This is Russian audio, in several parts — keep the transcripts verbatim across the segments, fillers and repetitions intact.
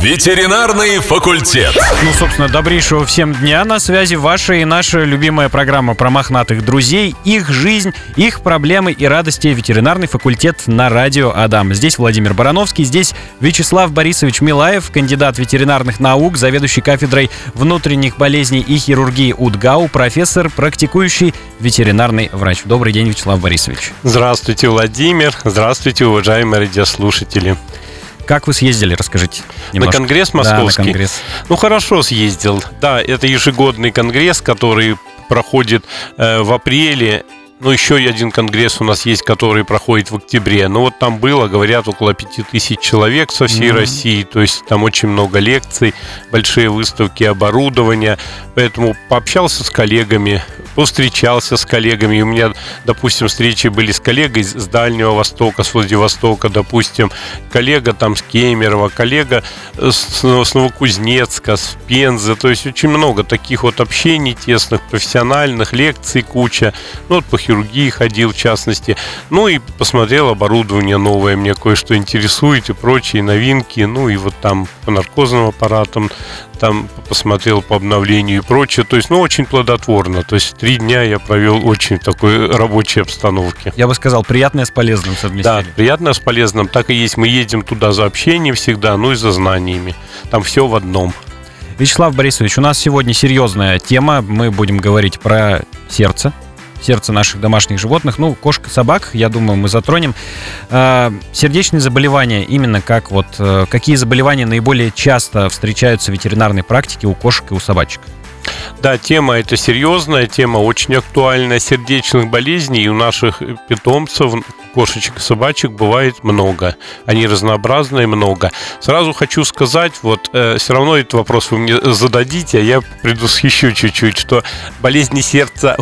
Ветеринарный факультет. Ну, собственно, добрейшего всем дня. На связи ваша и наша любимая программа про мохнатых друзей, их жизнь, их проблемы и радости. Ветеринарный факультет на радио Адам. Здесь Владимир Барановский, здесь Вячеслав Борисович Милаев, кандидат ветеринарных наук, заведующий кафедрой внутренних болезней и хирургии УДГАУ, профессор, практикующий ветеринарный врач. Добрый день, Вячеслав Борисович. Здравствуйте, Владимир. Здравствуйте, уважаемые радиослушатели. Как вы съездили, расскажите немножко. На конгресс московский? Да, на конгресс. Ну, хорошо съездил. Да, это ежегодный конгресс, который проходит э, в апреле. Ну, еще один конгресс у нас есть, который проходит в октябре. Ну, вот там было, говорят, около пяти тысяч человек со всей mm-hmm. России. То есть там очень много лекций, большие выставки оборудования. Поэтому пообщался с коллегами, повстречался с коллегами. И у меня, допустим, встречи были с коллегой с Дальнего Востока, с Владивостока, допустим, коллега там с Кемерово, коллега с, с Новокузнецка, с Пензы. То есть очень много таких вот общений тесных, профессиональных, лекций куча. Ну, вот по хирургии ходил, в частности. Ну, и посмотрел оборудование новое. Мне кое-что интересует и прочие новинки. Ну, и вот там по наркозным аппаратам там посмотрел по обновлению и прочее. То есть, ну, очень плодотворно. То есть, три дня я провел очень в такой рабочей обстановке. Я бы сказал, приятное с полезным совместили. Да, приятное с полезным. Так и есть. Мы едем туда за общением всегда, ну и за знаниями. Там все в одном. Вячеслав Борисович, у нас сегодня серьезная тема. Мы будем говорить про сердце. Сердце наших домашних животных, ну, кошек и собак, я думаю, мы затронем. Э, сердечные заболевания, именно как вот, э, какие заболевания наиболее часто встречаются в ветеринарной практике у кошек и у собачек? Да, тема эта серьезная, тема очень актуальная. Сердечных болезней у наших питомцев, кошечек и собачек, бывает много. Они разнообразные, много. Сразу хочу сказать, вот э, все равно этот вопрос вы мне зададите, а я предвосхищу чуть-чуть, что болезни сердца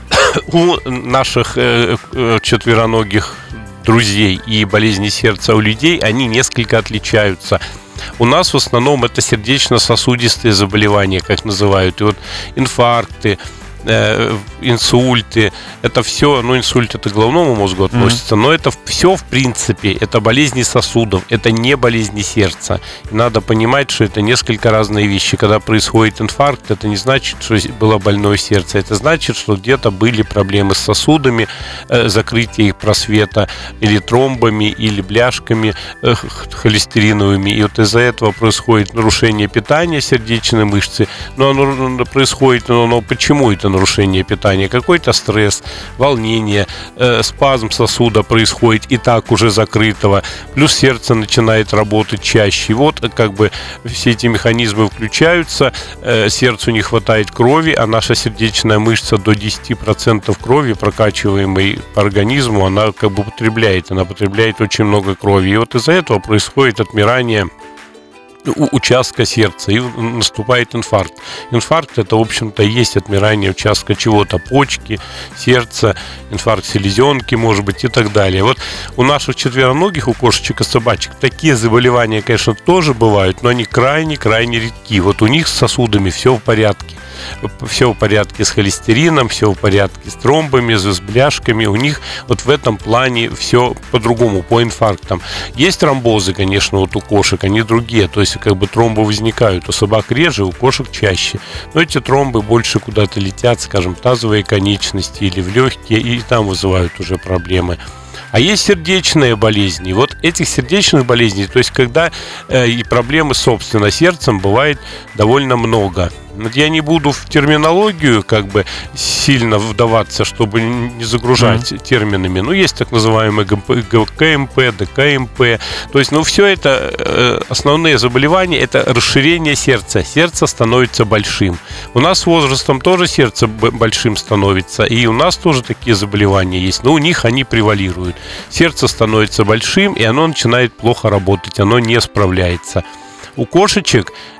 у наших э, четвероногих друзей и болезни сердца у людей, они несколько отличаются. У нас в основном это сердечно-сосудистые заболевания, как называют. И вот инфаркты, э, инсульты, это все, ну, инсульт это к головному мозгу относится, mm-hmm. но это все, в принципе, это болезни сосудов, это не болезни сердца. И надо понимать, что это несколько разные вещи. Когда происходит инфаркт, это не значит, что было больное сердце, это значит, что где-то были проблемы с сосудами, э, закрытие их просвета, или тромбами, или бляшками э, холестериновыми. И вот из-за этого происходит нарушение питания сердечной мышцы. Но оно происходит, но, но почему это нарушение питания? Какой-то стресс, волнение, э, спазм сосуда происходит и так уже закрытого, плюс сердце начинает работать чаще. И вот как бы все эти механизмы включаются, э, сердцу не хватает крови, а наша сердечная мышца до десять процентов крови, прокачиваемой по организму, она как бы потребляет, она потребляет очень много крови. И вот из-за этого происходит отмирание участка сердца, и наступает инфаркт. Инфаркт — это, в общем-то, и есть отмирание участка чего-то, почки, сердца, инфаркт селезенки, может быть, и так далее. Вот у наших четвероногих, у кошечек и собачек, такие заболевания, конечно, тоже бывают, но они крайне-крайне редки. Вот у них с сосудами все в порядке. Все в порядке с холестерином, все в порядке с тромбами, с бляшками. У них вот в этом плане все по-другому, по инфарктам. Есть тромбозы, конечно, вот у кошек, они другие. То есть как бы тромбы возникают. У собак реже, у кошек чаще. Но эти тромбы больше куда-то летят, скажем, в тазовые конечности или в легкие, и там вызывают уже проблемы. А есть сердечные болезни. Вот этих сердечных болезней, то есть когда э, и проблемы, собственно, с сердцем бывает довольно много. Вот я не буду в терминологию как бы сильно вдаваться, чтобы не загружать mm-hmm. терминами. Ну, есть так называемые ГКМП, ДКМП. То есть, ну, все это, э, основные заболевания, это расширение сердца. Сердце становится большим. У нас с возрастом тоже сердце большим становится. И у нас тоже такие заболевания есть. Но у них они превалируют. Сердце становится большим, и оно начинает плохо работать. Оно не справляется. У кошечек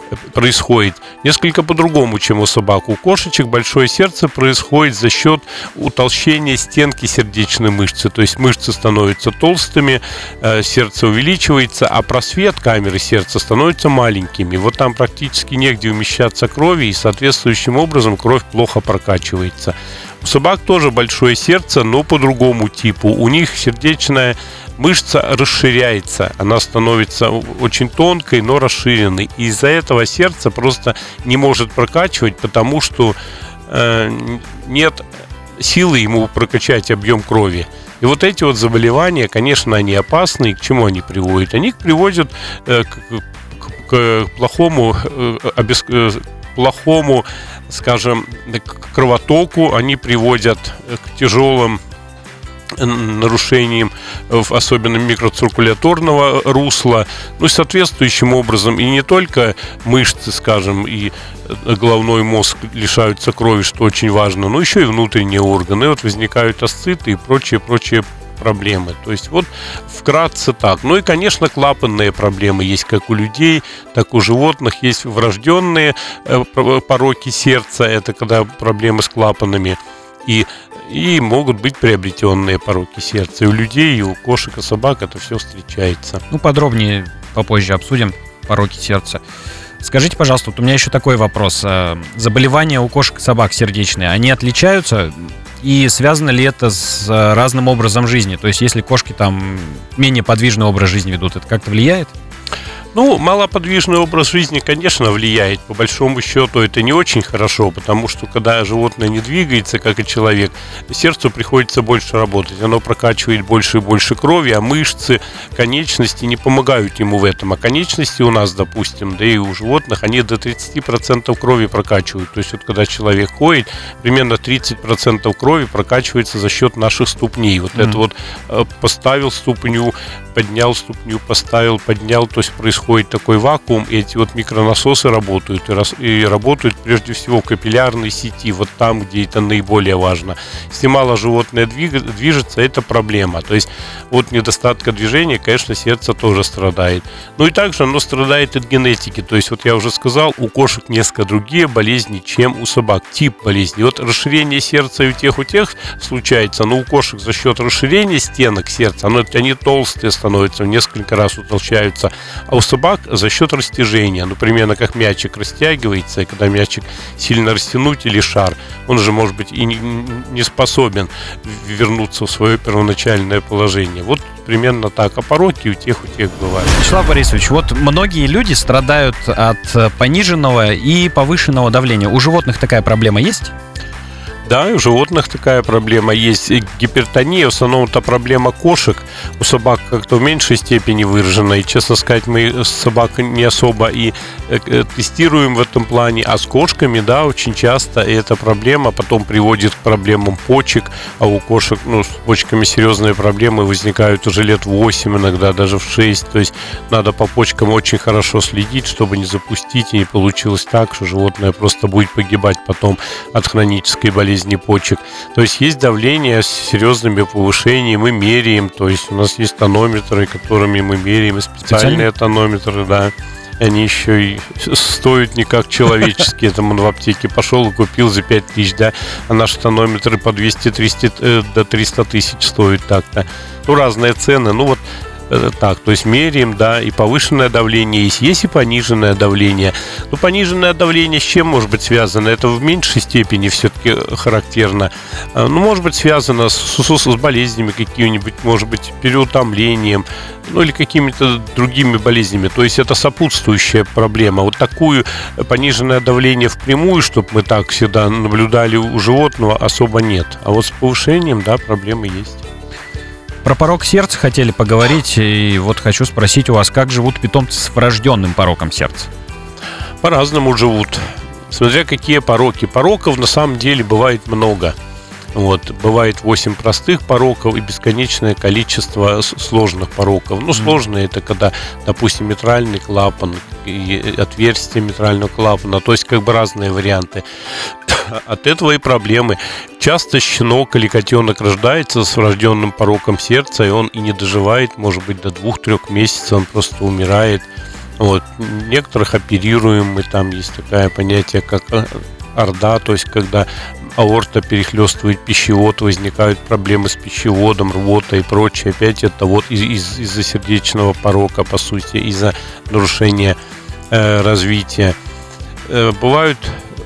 происходит несколько по-другому, чем у собак. У кошечек большое сердце происходит за счет утолщения стенки сердечной мышцы. То есть мышцы становятся толстыми, сердце увеличивается, а просвет камеры сердца становится маленькими. Вот там практически негде умещаться крови, и соответствующим образом кровь плохо прокачивается. У собак тоже большое сердце, но по другому типу. У них сердечная мышца расширяется, она становится очень тонкой, но расширенной. И из-за этого сердце просто не может прокачивать, потому что э, нет силы ему прокачать объем крови. И вот эти вот заболевания, конечно, они опасны. И к чему они приводят? Они приводят э, к, к, к плохому, э, обеск... плохому, скажем, к кровотоку, они приводят к тяжелым нарушением, особенно микроциркуляторного русла, ну и соответствующим образом и не только мышцы, скажем, и головной мозг лишаются крови, что очень важно, но еще и внутренние органы. И вот возникают асциты и прочие-прочие проблемы. То есть вот вкратце так. Ну и, конечно, клапанные проблемы есть как у людей, так и у животных. Есть врожденные пороки сердца, это когда проблемы с клапанами. И, и могут быть приобретенные пороки сердца. И у людей, и у кошек, и собак это все встречается. Ну, подробнее попозже обсудим пороки сердца. Скажите, пожалуйста, вот у меня еще такой вопрос. Заболевания у кошек и собак сердечные, они отличаются? И связано ли это с разным образом жизни? То есть, если кошки там менее подвижный образ жизни ведут, это как-то влияет? Ну, малоподвижный образ жизни, конечно, влияет. По большому счету это не очень хорошо, потому что когда животное не двигается, как и человек, сердцу приходится больше работать. Оно прокачивает больше и больше крови, а мышцы, конечности не помогают ему в этом. А конечности у нас, допустим, да и у животных, они до тридцать процентов крови прокачивают. То есть вот когда человек ходит, примерно тридцать процентов крови прокачивается за счет наших ступней. Вот mm-hmm. это вот поставил ступню, поднял ступню, поставил, поднял, то есть происходит такой вакуум, и эти вот микронасосы работают, и, рас, и работают прежде всего в капиллярной сети, вот там, где это наиболее важно. Если мало животное двиг, движется, это проблема. То есть от недостатка движения, конечно, сердце тоже страдает. Ну и также оно страдает от генетики. То есть вот я уже сказал, у кошек несколько другие болезни, чем у собак. Тип болезни. Вот расширение сердца и у тех, у тех случается, но у кошек за счет расширения стенок сердца, оно, они толстые становятся, в несколько раз утолщаются, а у собак за счет растяжения, ну, примерно как мячик растягивается, и когда мячик сильно растянуть или шар, он же, может быть, и не, не способен вернуться в свое первоначальное положение. Вот примерно так. А пороки у тех, у тех бывают. Вячеслав Борисович, вот многие люди страдают от пониженного и повышенного давления. У животных такая проблема есть? Да, у животных такая проблема есть. Гипертония, в основном это проблема кошек. У собак как-то в меньшей степени выражена. И, честно сказать, мы собак не особо и тестируем в этом плане. А с кошками, да, очень часто эта проблема потом приводит к проблемам почек. А у кошек, ну, с почками серьезные проблемы возникают уже лет в восемь, иногда даже в шесть. То есть надо по почкам очень хорошо следить, чтобы не запустить и не получилось так, что животное просто будет погибать потом от хронической болезни почек. То есть есть давление с серьезными повышениями, мы меряем, то есть у нас есть тонометры, которыми мы меряем, и специальные тонометры, да. Они еще и стоят не как человеческие. Там он в аптеке пошел и купил за пять тысяч, да, а наши тонометры по двести-триста до триста тысяч стоят так-то. Ну, разные цены, ну вот так, то есть меряем, да, и повышенное давление есть, есть и пониженное давление. Но пониженное давление с чем может быть связано? Это в меньшей степени все-таки характерно. Ну, может быть связано с, с, с болезнями какими-нибудь, может быть, переутомлением, ну, или какими-то другими болезнями. То есть это сопутствующая проблема. Вот такую пониженное давление впрямую, чтобы мы так всегда наблюдали у животного, особо нет. А вот с повышением, да, проблемы есть. Про порок сердца хотели поговорить, и вот хочу спросить у вас, как живут питомцы с врожденным пороком сердца? По-разному живут, смотря какие пороки. Пороков на самом деле бывает много. Вот, бывает восемь простых пороков и бесконечное количество сложных пороков. Ну, сложные — это когда, допустим, митральный клапан и отверстие митрального клапана, то есть как бы разные варианты. От этого и проблемы. Часто щенок или котенок рождается с врожденным пороком сердца, и он и не доживает, может быть, до двух-трех месяцев, он просто умирает. Вот. Некоторых оперируем мы, там есть такое понятие, как орда, то есть когда аорта перехлестывает пищевод, возникают проблемы с пищеводом, рвота и прочее. Опять это вот из- из- из-за сердечного порока, по сути, из-за нарушения э, развития. Э, бывают,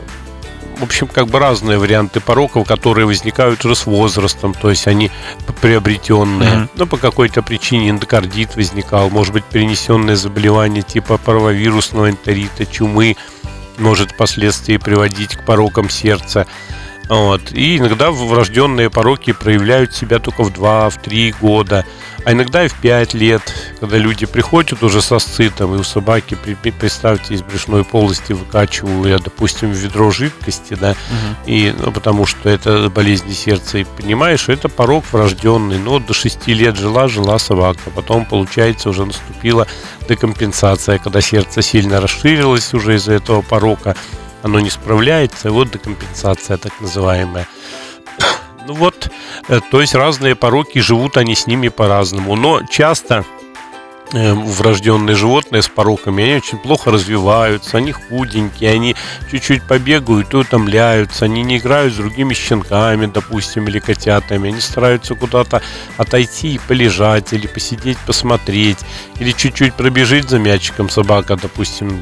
в общем, как бы разные варианты пороков, которые возникают уже с возрастом, то есть они приобретенные. Mm-hmm. Но по какой-то причине эндокардит возникал, может быть, перенесенное заболевание типа парвовирусного энтерита, чумы, может впоследствии приводить к порокам сердца. Вот. И иногда врожденные пороки проявляют себя только в два-три года, а иногда и в пять лет, когда люди приходят уже со сцитом, и у собаки, представьте, из брюшной полости выкачиваю, допустим, ведро жидкости, да, угу. и, ну, потому что это болезнь сердца, и понимаешь, это порок врожденный, но до шести лет жила-жила собака, потом, получается, уже наступила декомпенсация, когда сердце сильно расширилось уже из-за этого порока, оно не справляется, и вот декомпенсация так называемая. Ну вот, то есть разные пороки, живут они с ними по-разному, но часто э, врожденные животные с пороками, они очень плохо развиваются, они худенькие, они чуть-чуть побегают и утомляются, они не играют с другими щенками, допустим, или котятами, они стараются куда-то отойти и полежать, или посидеть, посмотреть, или чуть-чуть пробежит за мячиком собака, допустим,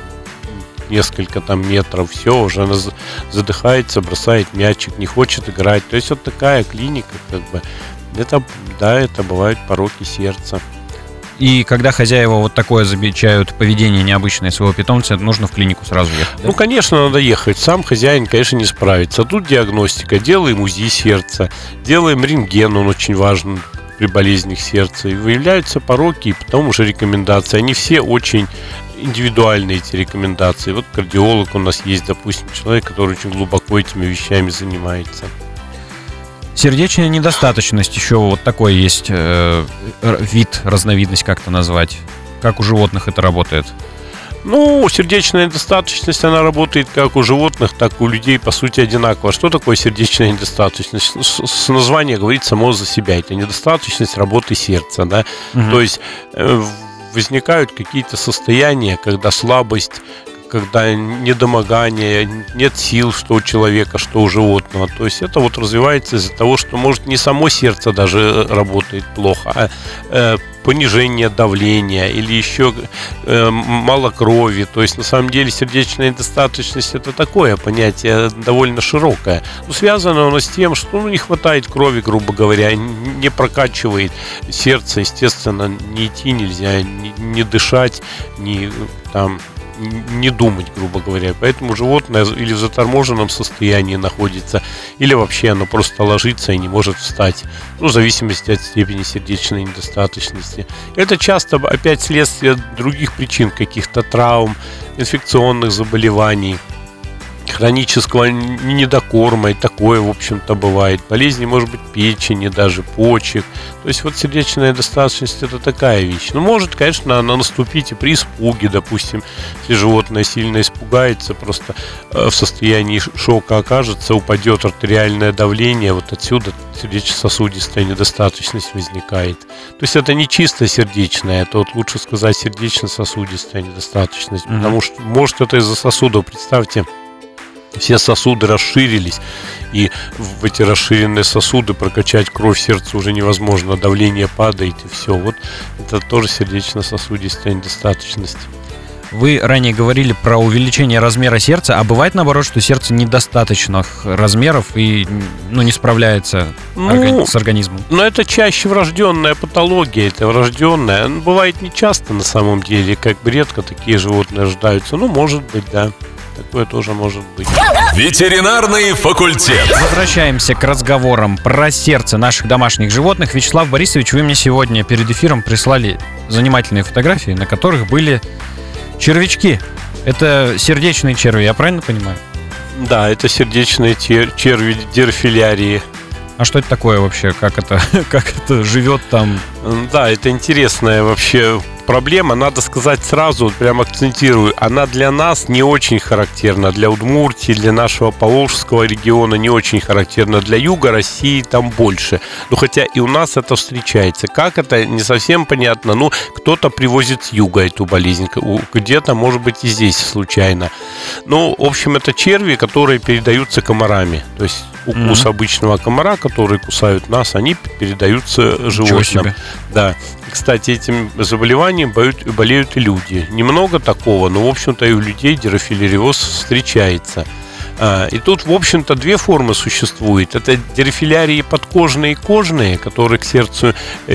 несколько там метров, все, уже она задыхается, бросает мячик, не хочет играть. То есть вот такая клиника, как бы, это, да, это бывают пороки сердца. И когда хозяева вот такое замечают, поведение необычное своего питомца, нужно в клинику сразу ехать, да? Ну, конечно, надо ехать. Сам хозяин, конечно, не справится. Тут диагностика. Делаем УЗИ сердца, делаем рентген, он очень важен при болезнях сердца. И выявляются пороки, и потом уже рекомендации. Они все очень индивидуальные, эти рекомендации. Вот кардиолог у нас есть, допустим, человек, который очень глубоко этими вещами занимается. Сердечная недостаточность, еще вот такой есть э, вид, разновидность как-то назвать. Как у животных это работает? Ну, сердечная недостаточность, она работает как у животных, так и у людей, по сути, одинаково. Что такое сердечная недостаточность? С, с названия говорит само за себя. Это недостаточность работы сердца, да? Угу. То есть э, возникают какие-то состояния, когда слабость, когда недомогание, нет сил, что у человека, что у животного. То есть это вот развивается из-за того, что, может, не само сердце даже работает плохо, а э, понижение давления или еще э, мало крови. То есть на самом деле сердечная недостаточность — это такое понятие довольно широкое. Но связано оно с тем, что ну, не хватает крови, грубо говоря, не прокачивает сердце, естественно, не идти нельзя, не, не дышать, не там не думать, грубо говоря. Поэтому животное или в заторможенном состоянии находится, или вообще оно просто ложится и не может встать. Ну, в зависимости от степени сердечной недостаточности. Это часто опять следствие других причин, каких-то травм, инфекционных заболеваний, хронического недокорма, и такое, в общем-то, бывает. Болезни, может быть, печени, даже почек. То есть вот сердечная недостаточность — это такая вещь. Но может, конечно, она наступить и при испуге, допустим, если животное сильно испугается, просто в состоянии шока окажется, упадет артериальное давление, вот отсюда сердечно-сосудистая недостаточность возникает. То есть это не чисто сердечная, это вот лучше сказать сердечно-сосудистая недостаточность, mm-hmm. потому что, может, это из-за сосудов. Представьте, все сосуды расширились, и в эти расширенные сосуды прокачать кровь сердцу уже невозможно, давление падает, и все. Вот это тоже сердечно-сосудистая недостаточность. Вы ранее говорили про увеличение размера сердца, а бывает наоборот, что сердце недостаточных размеров и ну, не справляется ну, органи- с организмом? Но это чаще врожденная патология, это врожденная. Бывает не часто на самом деле, как бы редко такие животные рождаются. Ну, может быть, да. Такое тоже может быть. Ветеринарный факультет. Возвращаемся к разговорам про сердце наших домашних животных. Вячеслав Борисович, вы мне сегодня перед эфиром прислали занимательные фотографии, на которых были червячки. Это сердечные черви, я правильно понимаю? Да, это сердечные тер- черви дерфилярии. А что это такое вообще? Как это, как это живет там? Да, это интересная вообще проблема. Надо сказать сразу, вот прям акцентирую, она для нас не очень характерна. Для Удмуртии, для нашего Поволжского региона не очень характерна. Для юга России там больше. Но хотя и у нас это встречается. Как это, не совсем понятно. Ну, кто-то привозит с юга эту болезнь. Где-то, может быть, и здесь случайно. Ну, в общем, это черви, которые передаются комарами. То есть укус mm-hmm. обычного комара, которые кусают нас, они передаются животным. Да. Кстати, этим заболеванием болеют и люди. Немного такого, но, в общем-то, и у людей дирофилариоз встречается. И тут, в общем-то, две формы существуют. Это дирофилярии подкожные и кожные, которые к сердцу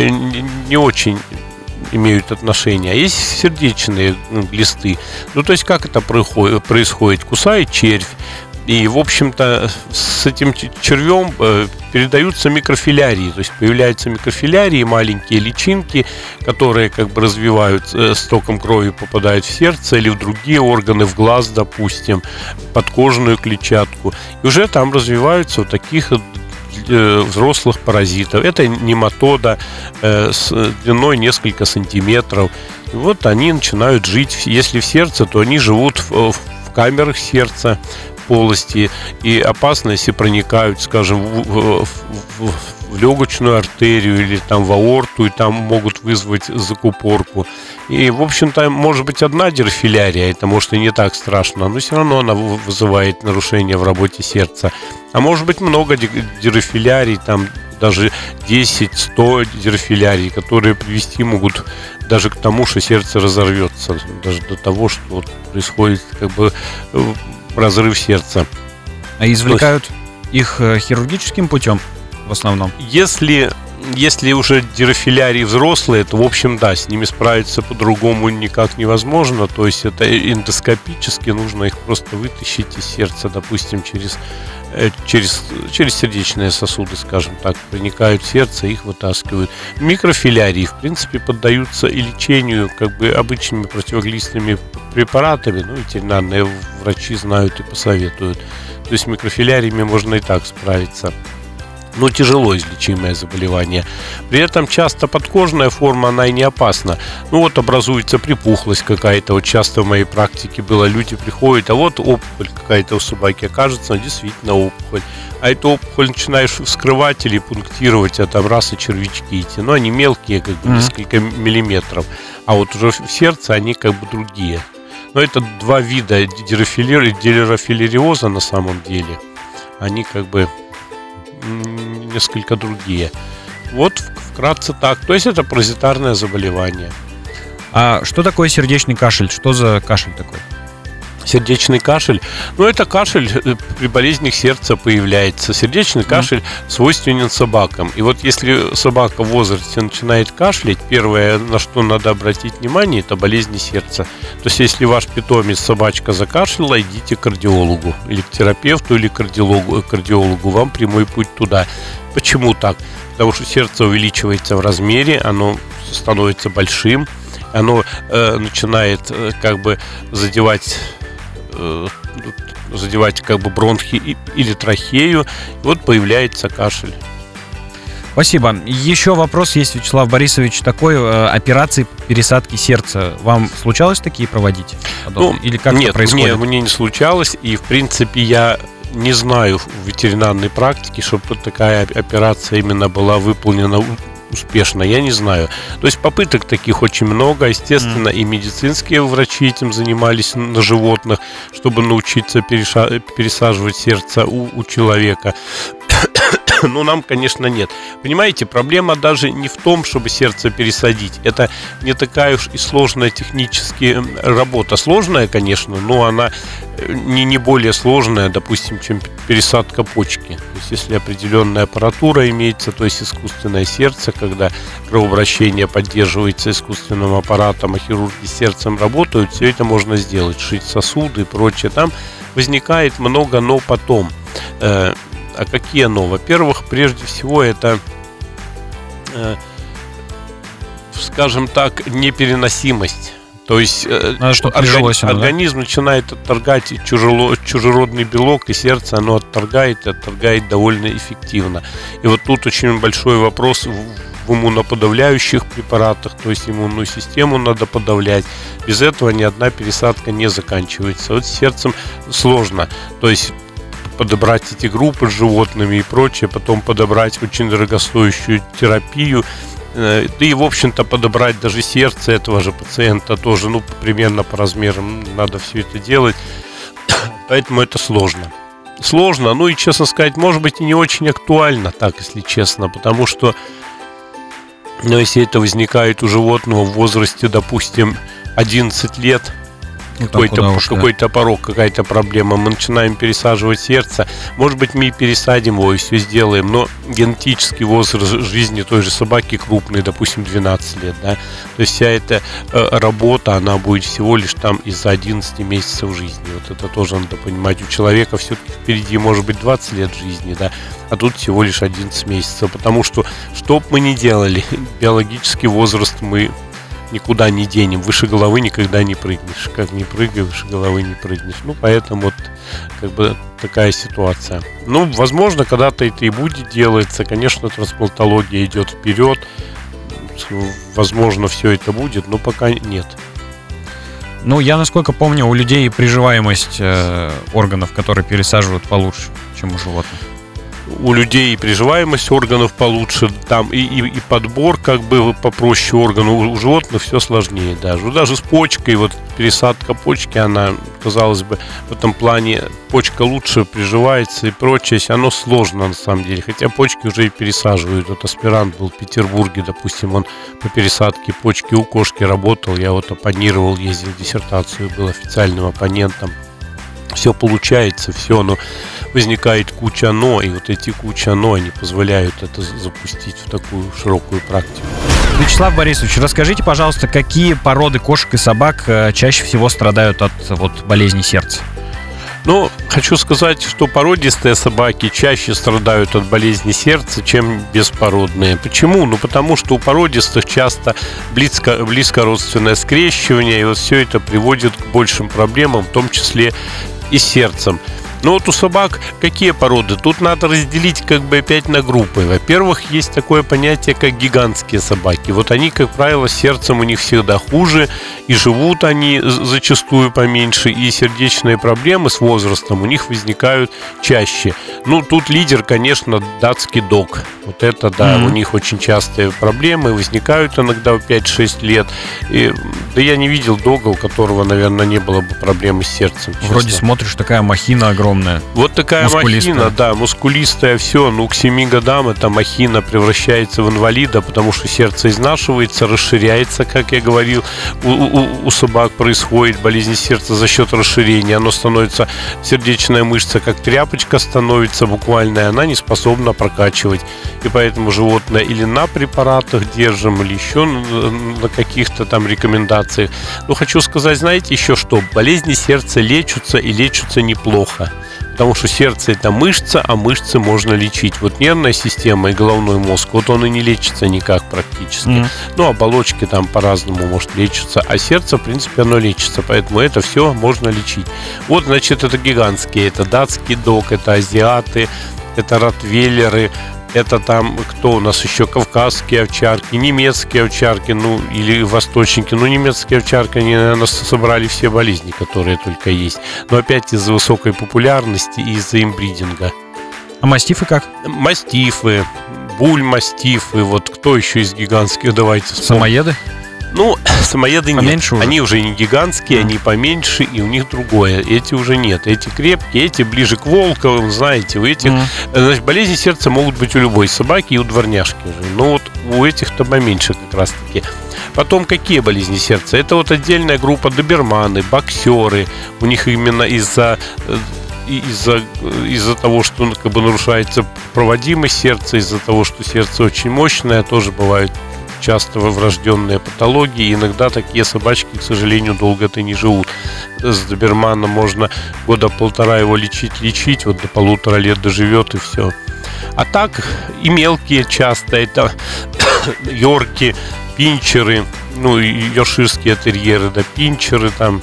не очень имеют отношение. А есть сердечные глисты. Ну, то есть, как это происходит? Кусает червь. И, в общем-то, с этим червем передаются микрофилярии. То есть появляются микрофилярии, маленькие личинки, которые как бы развивают, с током крови попадают в сердце или в другие органы, в глаз, допустим, подкожную клетчатку. И уже там развиваются вот таких взрослых паразитов. Это нематода с длиной несколько сантиметров. И вот они начинают жить. Если в сердце, то они живут в камерах сердца, полости, и опасно, если проникают, скажем, в, в, в, в легочную артерию или там в аорту, и там могут вызвать закупорку. И, в общем-то, может быть одна дирофилярия, это может и не так страшно, но все равно она вызывает нарушение в работе сердца. А может быть много дирофилярий, там даже десять-сто дирофилярий, которые привести могут даже к тому, что сердце разорвется, даже до того, что вот происходит как бы разрыв сердца. А извлекают их хирургическим путем в основном? Если, если уже дирофилярии взрослые, то, в общем, да, с ними справиться по-другому никак невозможно. То есть это эндоскопически, нужно их просто вытащить из сердца, допустим, через, через, через сердечные сосуды, скажем так, проникают в сердце, их вытаскивают. Микрофилярии, в принципе, поддаются и лечению как бы обычными противоглистными препаратами, ну, ветеринарные врачи знают и посоветуют. То есть с микрофиляриями можно и так справиться. Но тяжело излечимое заболевание. При этом часто подкожная форма, она и не опасна. Ну вот образуется припухлость какая-то. Вот часто в моей практике было, люди приходят, а вот опухоль какая-то у собаки, окажется, действительно опухоль. А эту опухоль начинаешь вскрывать или пунктировать, а там раз и червячки идти. Но они мелкие, как бы несколько миллиметров. А вот уже в сердце они как бы другие. Но это два вида дирофилариоза на самом деле. Они как бы несколько другие. Вот вкратце так. То есть это паразитарное заболевание. А что такое сердечный кашель? Что за кашель такой? Сердечный кашель, ну это кашель при болезнях сердца появляется. Сердечный кашель mm. свойственен собакам. И вот если собака в возрасте начинает кашлять, первое, на что надо обратить внимание, это болезни сердца. То есть если ваш питомец, собачка, закашляла, идите к кардиологу или к терапевту, или к кардиологу, кардиологу. Вам прямой путь туда. Почему так? Потому что сердце увеличивается в размере, оно становится большим, оно э, начинает э, как бы задевать задевать как бы бронхи или трахею, и вот появляется кашель. Спасибо. Еще вопрос есть, Вячеслав Борисович, такой: операции пересадки сердца. Вам случалось такие проводить? Ну, или как нет, это происходит? Нет, мне не случалось, и в принципе я не знаю в ветеринарной практике, чтобы такая операция именно была выполнена успешно, я не знаю. То есть попыток таких очень много. Естественно, mm. и медицинские врачи этим занимались на животных, чтобы научиться переша- пересаживать сердце у, у человека. Но нам, конечно, нет. Понимаете, проблема даже не в том, чтобы сердце пересадить. Это не такая уж и сложная технически работа. Сложная, конечно, но она не, не более сложная, допустим, чем пересадка почки. То есть, если определенная аппаратура имеется, то есть искусственное сердце, когда кровообращение поддерживается искусственным аппаратом, а хирурги с сердцем работают, все это можно сделать, шить сосуды и прочее. Там возникает много «но» потом. А какие «но»? Во-первых, прежде всего, это, э, скажем так, непереносимость. То есть а что, органи- организм да? начинает отторгать чужело- чужеродный белок, и сердце оно отторгает и отторгает довольно эффективно. И вот тут очень большой вопрос в иммуноподавляющих препаратах, то есть иммунную систему надо подавлять. Без этого ни одна пересадка не заканчивается. Вот с сердцем сложно, то есть подобрать эти группы с животными и прочее, потом подобрать очень дорогостоящую терапию, да и, в общем-то, подобрать даже сердце этого же пациента тоже, ну, примерно по размерам надо все это делать, поэтому это сложно. Сложно, ну и, честно сказать, может быть, и не очень актуально, так, если честно, потому что, ну, если это возникает у животного в возрасте, допустим, одиннадцать лет, Ну, какой-то, уж, какой-то порог, какая-то проблема, мы начинаем пересаживать сердце, может быть, мы и пересадим его и все сделаем, но генетический возраст жизни той же собаки крупный, допустим, двенадцать лет, да, то есть вся эта э, работа, она будет всего лишь там из-за одиннадцати месяцев жизни, вот это тоже надо понимать, у человека все-таки впереди может быть двадцать лет жизни, да, а тут всего лишь одиннадцать месяцев, потому что, что бы мы ни делали, биологический возраст мы никуда не денем, выше головы никогда не прыгнешь, как не прыгай, выше головы не прыгнешь, ну, поэтому вот, как бы, такая ситуация. Ну, возможно, когда-то это и будет делаться, конечно, трансплантология идет вперед, возможно, все это будет, но пока нет. Ну, я, насколько помню, у людей приживаемость э, органов, которые пересаживают, получше, чем у животных. У людей и приживаемость органов получше, там и, и, и подбор как бы попроще органов. У животных все сложнее даже. Даже с почкой, вот пересадка почки, она, казалось бы, в этом плане почка лучше приживается и прочее. Оно сложно на самом деле, хотя почки уже и пересаживают. Вот аспирант был в Петербурге, допустим, он по пересадке почки у кошки работал. Я вот оппонировал, ездил в диссертацию, был официальным оппонентом. Все получается, все, но возникает куча «но», и вот эти куча «но», они позволяют это запустить в такую широкую практику. Вячеслав Борисович, расскажите, пожалуйста, какие породы кошек и собак чаще всего страдают от вот, болезни сердца? Ну, хочу сказать, что породистые собаки чаще страдают от болезни сердца, чем беспородные. Почему? Ну, потому что у породистых часто близко, близкородственное скрещивание, и вот все это приводит к большим проблемам, в том числе и с сердцем. Но вот у собак какие породы? Тут надо разделить как бы опять на группы. Во-первых, есть такое понятие, как гигантские собаки. Вот они, как правило, с сердцем у них всегда хуже, и живут они зачастую поменьше, и сердечные проблемы с возрастом у них возникают чаще. Ну, тут лидер, конечно, датский дог. Вот это, да, mm-hmm. у них очень частые проблемы, возникают иногда в пять-шесть лет. И, да я не видел дога, у которого, наверное, не было бы проблемы с сердцем. Честно. Вроде смотришь, такая махина огромная. Вот такая махина, да, мускулистая, все, ну к семи годам эта махина превращается в инвалида, потому что сердце изнашивается, расширяется, как я говорил, у, у, у собак происходит болезнь сердца за счет расширения, оно становится, сердечная мышца как тряпочка становится буквально, и она не способна прокачивать, и поэтому животное или на препаратах держим, или еще на каких-то там рекомендациях. Но хочу сказать, знаете еще что, болезни сердца лечатся и лечатся неплохо. Потому что сердце — это мышца, а мышцы можно лечить. Вот нервная система и головной мозг, вот он и не лечится никак практически. Mm. Ну, оболочки там по-разному может лечиться, а сердце, в принципе, оно лечится. Поэтому это все можно лечить. Вот, значит, это гигантские. Это датский дог, это азиаты, это ротвейлеры. Это там, кто у нас еще, кавказские овчарки, немецкие овчарки, ну, или восточники. Ну, немецкие овчарки, они, наверное, собрали все болезни, которые только есть. Но опять из-за высокой популярности и из-за имбридинга. А мастифы как? Мастифы, буль-мастифы, вот кто еще из гигантских, давайте вспомним. Самоеды? Ну, самоеды нет, поменьше они уже. уже не гигантские, mm. они поменьше, и у них другое. Эти уже нет, эти крепкие, эти ближе к волковым, знаете, у этих, mm. значит, болезни сердца могут быть у любой собаки и у дворняжки же. Но вот у этих-то поменьше как раз-таки. Потом какие болезни сердца? Это вот отдельная группа доберманы, боксеры, у них именно из-за... из-за, из-за того, что как бы нарушается проводимость сердца, из-за того, что сердце очень мощное, тоже бывают часто врожденные патологии. И иногда такие собачки, к сожалению, долго-то не живут. С доберманом можно года полтора его лечить, лечить, вот до полутора лет доживет и все. А так и мелкие часто, это йорки, пинчеры, ну и йоркширские терьеры, да, пинчеры там,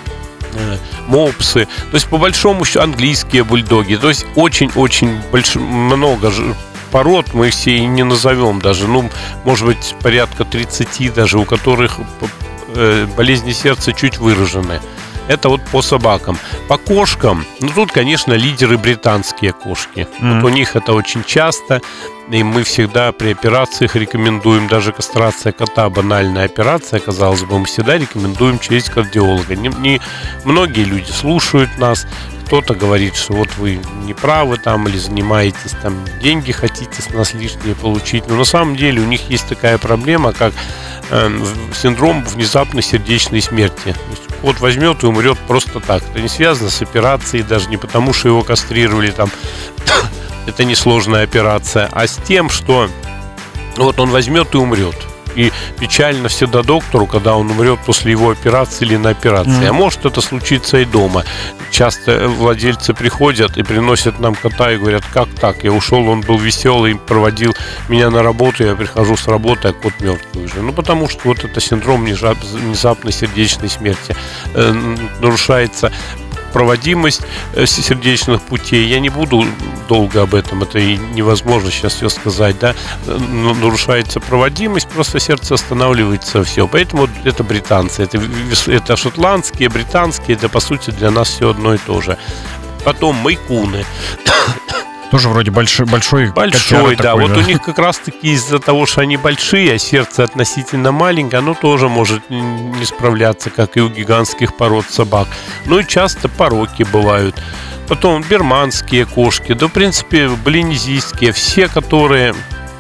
мопсы, то есть по большому счету английские бульдоги, то есть очень-очень больш... много пород мы все и не назовем даже. Ну, может быть, порядка тридцати даже, у которых болезни сердца чуть выражены. Это вот по собакам. По кошкам, ну тут, конечно, лидеры британские кошки. Mm-hmm. Вот у них это очень часто, и мы всегда при операциях рекомендуем, даже кастрация кота, банальная операция, казалось бы, мы всегда рекомендуем через кардиолога. Не, не, многие люди слушают нас, кто-то говорит, что вот вы не правы там, или занимаетесь там, деньги хотите с нас лишние получить. Но на самом деле у них есть такая проблема, как э, синдром внезапной сердечной смерти. Кот возьмет и умрет просто так. Это не связано с операцией, даже не потому, что его кастрировали там. Это несложная операция, а с тем, что вот он возьмет и умрет. И печально всегда доктору, когда он умрет после его операции или на операции. Mm-hmm. А может это случиться и дома. Часто владельцы приходят и приносят нам кота и говорят: как так? Я ушел, он был веселый, проводил меня на работу, я прихожу с работы, а кот мертвый уже. Ну, потому что вот это синдром внезапной сердечной смерти. Э, нарушается проводимость сердечных путей. Я не буду долго об этом, это и невозможно сейчас все сказать, да. Нарушается проводимость, просто сердце останавливается, все. Поэтому это британцы, это, это шотландские, британские, это по сути для нас все одно и то же. Потом майкуны. Тоже вроде большой, большой, большой, да. Такой, вот да. У них как раз-таки из-за того, что они большие, а сердце относительно маленькое, оно тоже может не справляться, как и у гигантских пород собак. Ну и часто пороки бывают. Потом бирманские кошки, да, в принципе, балинезийские, все, которые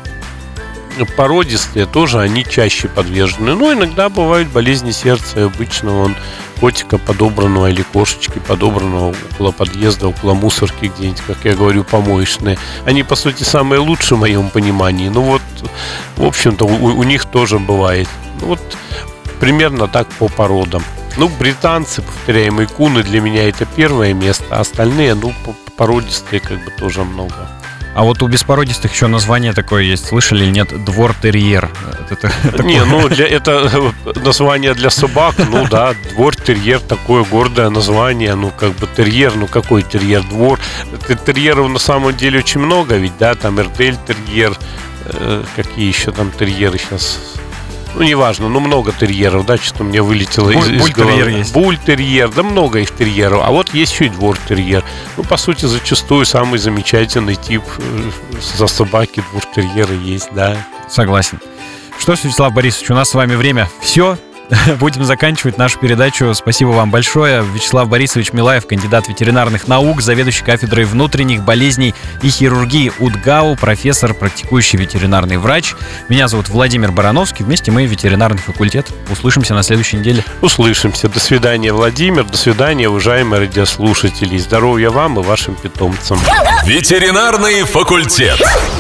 породистые, тоже они чаще подвержены. Но иногда бывают болезни сердца, обычно он котика подобранного или кошечки подобранного около подъезда, около мусорки где-нибудь, как я говорю, помоечные. Они, по сути, самые лучшие в моем понимании. Ну вот, в общем-то, у, у них тоже бывает. Ну, вот примерно так по породам. Ну, британцы, повторяю, майкуны для меня это первое место, а остальные, ну, породистые как бы тоже много. А вот у беспородистых еще название такое есть. Слышали или нет? Двор-терьер. Это, это Не, ну для, это название для собак. Ну да, двор-терьер, такое гордое название. Ну как бы терьер, ну какой терьер? Двор. Терьеров на самом деле очень много, ведь, да, там эрдель-терьер. Э, какие еще там терьеры сейчас? Ну, неважно, ну много терьеров, да, что-то мне вылетело из, из головы. Есть. Буль-терьер, да много их терьеров. А вот есть еще и двор-терьер. Ну, по сути, зачастую самый замечательный тип за собаки двор-терьера есть, да. Согласен. Что ж, Вячеслав Борисович, у нас с вами время все. Будем заканчивать нашу передачу. Спасибо вам большое. Вячеслав Борисович Милаев, кандидат ветеринарных наук, заведующий кафедрой внутренних болезней и хирургии УДГАУ, профессор, практикующий ветеринарный врач. Меня зовут Владимир Барановский. Вместе мы ветеринарный факультет. Услышимся на следующей неделе. Услышимся. До свидания, Владимир. До свидания, уважаемые радиослушатели. Здоровья вам и вашим питомцам. Ветеринарный факультет.